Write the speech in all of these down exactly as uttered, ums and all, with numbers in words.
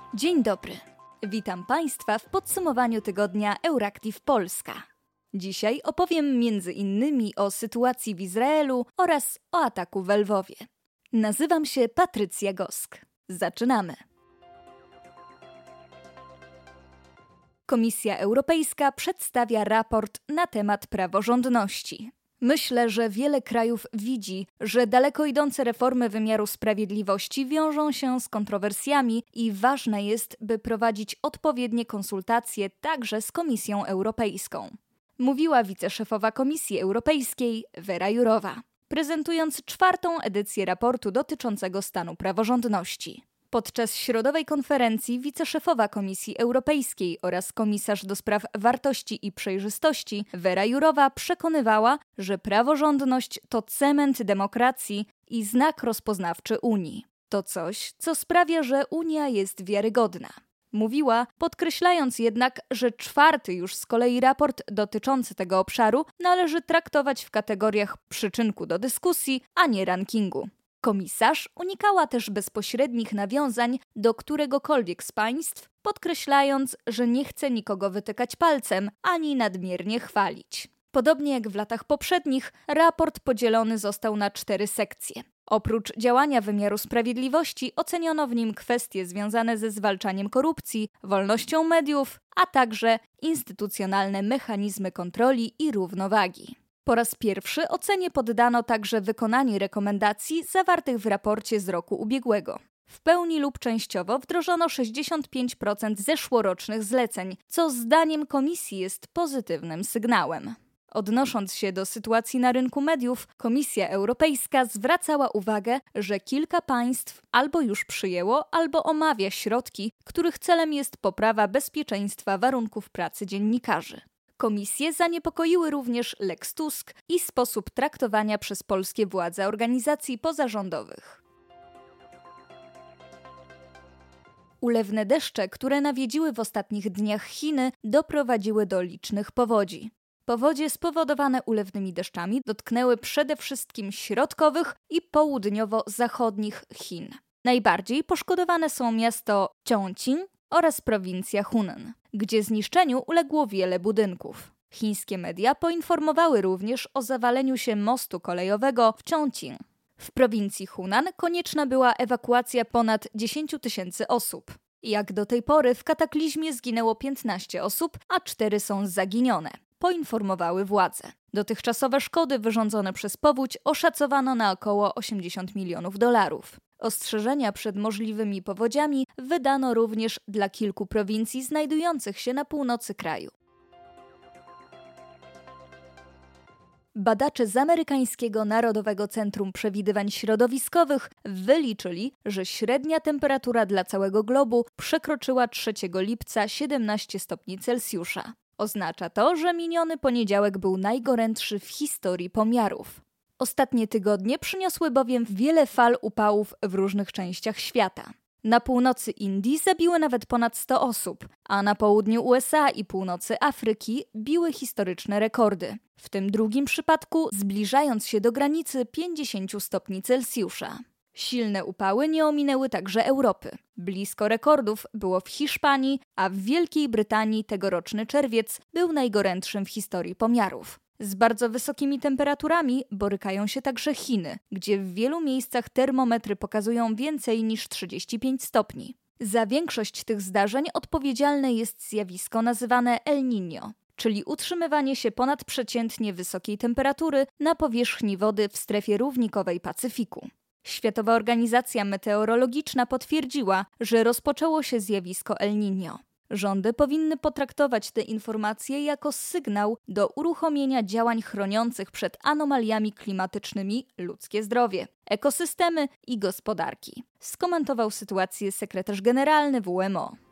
Dzień dobry. Witam Państwa w podsumowaniu tygodnia Euractiv Polska. Dzisiaj opowiem między innymi o sytuacji w Izraelu oraz o ataku w Lwowie. Nazywam się Patrycja Gosk. Zaczynamy. Komisja Europejska przedstawia raport na temat praworządności. Myślę, że wiele krajów widzi, że daleko idące reformy wymiaru sprawiedliwości wiążą się z kontrowersjami i ważne jest, by prowadzić odpowiednie konsultacje także z Komisją Europejską. Mówiła wiceszefowa Komisji Europejskiej Vera Jourová, prezentując czwartą edycję raportu dotyczącego stanu praworządności. Podczas środowej konferencji wiceszefowa Komisji Europejskiej oraz komisarz do spraw wartości i przejrzystości Vera Jourová przekonywała, że praworządność to cement demokracji i znak rozpoznawczy Unii. To coś, co sprawia, że Unia jest wiarygodna. Mówiła, podkreślając jednak, że czwarty już z kolei raport dotyczący tego obszaru należy traktować w kategoriach przyczynku do dyskusji, a nie rankingu. Komisarz unikała też bezpośrednich nawiązań do któregokolwiek z państw, podkreślając, że nie chce nikogo wytykać palcem ani nadmiernie chwalić. Podobnie jak w latach poprzednich, raport podzielony został na cztery sekcje. Oprócz działania wymiaru sprawiedliwości oceniono w nim kwestie związane ze zwalczaniem korupcji, wolnością mediów, a także instytucjonalne mechanizmy kontroli i równowagi. Po raz pierwszy ocenie poddano także wykonanie rekomendacji zawartych w raporcie z roku ubiegłego. W pełni lub częściowo wdrożono sześćdziesiąt pięć procent zeszłorocznych zleceń, co zdaniem Komisji jest pozytywnym sygnałem. Odnosząc się do sytuacji na rynku mediów, Komisja Europejska zwracała uwagę, że kilka państw albo już przyjęło, albo omawia środki, których celem jest poprawa bezpieczeństwa warunków pracy dziennikarzy. Komisję zaniepokoiły również Lex Tusk i sposób traktowania przez polskie władze organizacji pozarządowych. Ulewne deszcze, które nawiedziły w ostatnich dniach Chiny, doprowadziły do licznych powodzi. Powodzie spowodowane ulewnymi deszczami dotknęły przede wszystkim środkowych i południowo-zachodnich Chin. Najbardziej poszkodowane są miasto Chongqing oraz prowincja Hunan, gdzie zniszczeniu uległo wiele budynków. Chińskie media poinformowały również o zawaleniu się mostu kolejowego w Chongqing. W prowincji Hunan konieczna była ewakuacja ponad dziesięć tysięcy osób. Jak do tej pory w kataklizmie zginęło piętnaście osób, a cztery są zaginione, poinformowały władze. Dotychczasowe szkody wyrządzone przez powódź oszacowano na około osiemdziesiąt milionów dolarów. Ostrzeżenia przed możliwymi powodziami wydano również dla kilku prowincji znajdujących się na północy kraju. Badacze z amerykańskiego Narodowego Centrum Przewidywań Środowiskowych wyliczyli, że średnia temperatura dla całego globu przekroczyła trzeciego lipca siedemnaście stopni Celsjusza. Oznacza to, że miniony poniedziałek był najgorętszy w historii pomiarów. Ostatnie tygodnie przyniosły bowiem wiele fal upałów w różnych częściach świata. Na północy Indii zabiły nawet ponad sto osób, a na południu U S A i północy Afryki biły historyczne rekordy. W tym drugim przypadku zbliżając się do granicy pięćdziesiąt stopni Celsjusza. Silne upały nie ominęły także Europy. Blisko rekordów było w Hiszpanii, a w Wielkiej Brytanii tegoroczny czerwiec był najgorętszym w historii pomiarów. Z bardzo wysokimi temperaturami borykają się także Chiny, gdzie w wielu miejscach termometry pokazują więcej niż trzydzieści pięć stopni. Za większość tych zdarzeń odpowiedzialne jest zjawisko nazywane El Niño, czyli utrzymywanie się ponadprzeciętnie wysokiej temperatury na powierzchni wody w strefie równikowej Pacyfiku. Światowa Organizacja Meteorologiczna potwierdziła, że rozpoczęło się zjawisko El Niño. Rządy powinny potraktować te informacje jako sygnał do uruchomienia działań chroniących przed anomaliami klimatycznymi ludzkie zdrowie, ekosystemy i gospodarki, skomentował sytuację sekretarz generalny W M O.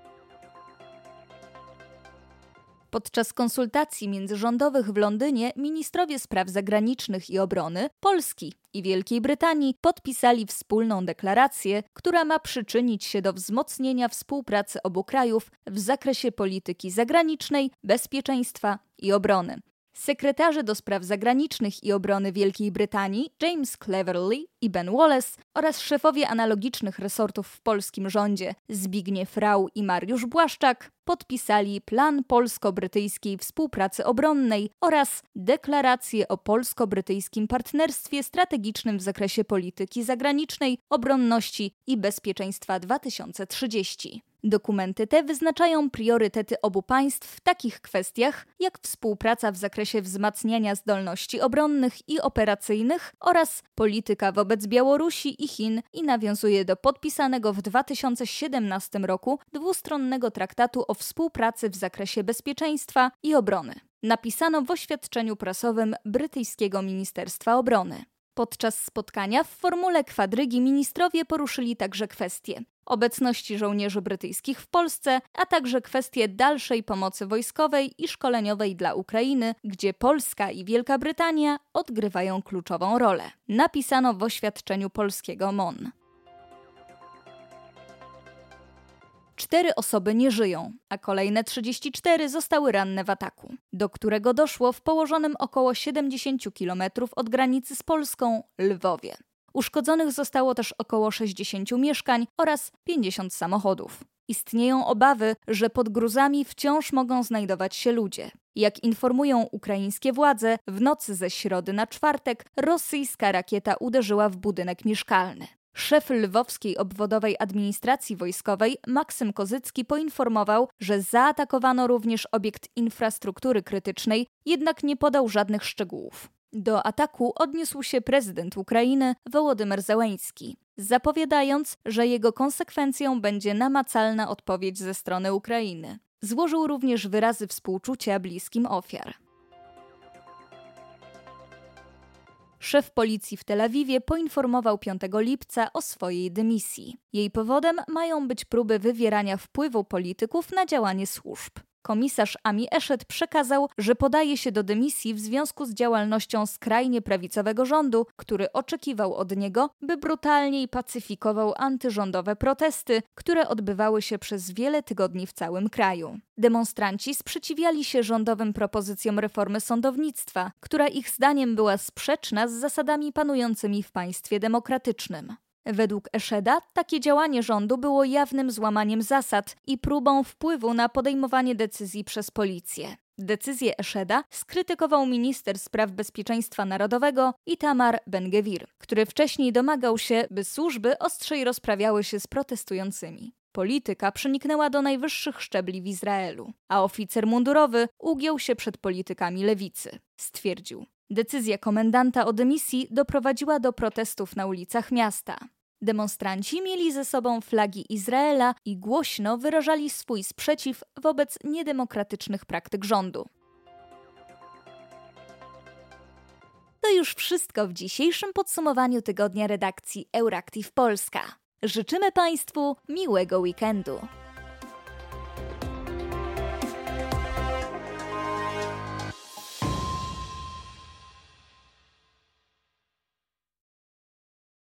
Podczas konsultacji międzyrządowych w Londynie ministrowie spraw zagranicznych i obrony Polski i Wielkiej Brytanii podpisali wspólną deklarację, która ma przyczynić się do wzmocnienia współpracy obu krajów w zakresie polityki zagranicznej, bezpieczeństwa i obrony. Sekretarze do spraw zagranicznych i obrony Wielkiej Brytanii James Cleverly i Ben Wallace oraz szefowie analogicznych resortów w polskim rządzie Zbigniew Rau i Mariusz Błaszczak podpisali plan polsko-brytyjskiej współpracy obronnej oraz deklarację o polsko-brytyjskim partnerstwie strategicznym w zakresie polityki zagranicznej, obronności i bezpieczeństwa dwa tysiące trzydzieści. Dokumenty te wyznaczają priorytety obu państw w takich kwestiach jak współpraca w zakresie wzmacniania zdolności obronnych i operacyjnych oraz polityka wobec Białorusi i Chin i nawiązuje do podpisanego w dwa tysiące siedemnastym roku dwustronnego traktatu o współpracy w zakresie bezpieczeństwa i obrony. Napisano w oświadczeniu prasowym brytyjskiego Ministerstwa Obrony. Podczas spotkania w formule kwadrygi ministrowie poruszyli także kwestie obecności żołnierzy brytyjskich w Polsce, a także kwestie dalszej pomocy wojskowej i szkoleniowej dla Ukrainy, gdzie Polska i Wielka Brytania odgrywają kluczową rolę. Napisano w oświadczeniu polskiego M O N. Cztery osoby nie żyją, a kolejne trzydzieści cztery zostały ranne w ataku, do którego doszło w położonym około siedemdziesiąt kilometrów od granicy z Polską Lwowie. Uszkodzonych zostało też około sześćdziesiąt mieszkań oraz pięćdziesiąt samochodów. Istnieją obawy, że pod gruzami wciąż mogą znajdować się ludzie. Jak informują ukraińskie władze, w nocy ze środy na czwartek rosyjska rakieta uderzyła w budynek mieszkalny. Szef lwowskiej obwodowej administracji wojskowej Maksym Kozycki poinformował, że zaatakowano również obiekt infrastruktury krytycznej, jednak nie podał żadnych szczegółów. Do ataku odniósł się prezydent Ukrainy Wołodymyr Zełenski, zapowiadając, że jego konsekwencją będzie namacalna odpowiedź ze strony Ukrainy. Złożył również wyrazy współczucia bliskim ofiar. Szef policji w Tel Awiwie poinformował piątego lipca o swojej dymisji. Jej powodem mają być próby wywierania wpływu polityków na działanie służb. Komisarz Ami Eszet przekazał, że podaje się do dymisji w związku z działalnością skrajnie prawicowego rządu, który oczekiwał od niego, by brutalniej pacyfikował antyrządowe protesty, które odbywały się przez wiele tygodni w całym kraju. Demonstranci sprzeciwiali się rządowym propozycjom reformy sądownictwa, która ich zdaniem była sprzeczna z zasadami panującymi w państwie demokratycznym. Według Eszeda takie działanie rządu było jawnym złamaniem zasad i próbą wpływu na podejmowanie decyzji przez policję. Decyzję Eszeda skrytykował minister spraw bezpieczeństwa narodowego Itamar Ben-Gvir, który wcześniej domagał się, by służby ostrzej rozprawiały się z protestującymi. Polityka przeniknęła do najwyższych szczebli w Izraelu, a oficer mundurowy ugiął się przed politykami lewicy. Stwierdził: decyzja komendanta o dymisji doprowadziła do protestów na ulicach miasta. Demonstranci mieli ze sobą flagi Izraela i głośno wyrażali swój sprzeciw wobec niedemokratycznych praktyk rządu. To już wszystko w dzisiejszym podsumowaniu tygodnia redakcji Euractiv Polska. Życzymy Państwu miłego weekendu.